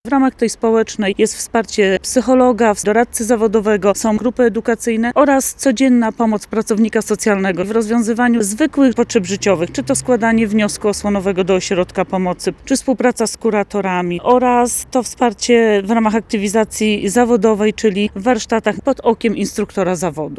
W ramach tej społecznej jest wsparcie psychologa, doradcy zawodowego, są grupy edukacyjne oraz codzienna pomoc pracownika socjalnego w rozwiązywaniu zwykłych potrzeb życiowych, czy to składanie wniosku osłonowego do ośrodka pomocy, czy współpraca z kuratorami oraz to wsparcie w ramach aktywizacji zawodowej, czyli w warsztatach pod okiem instruktora zawodu.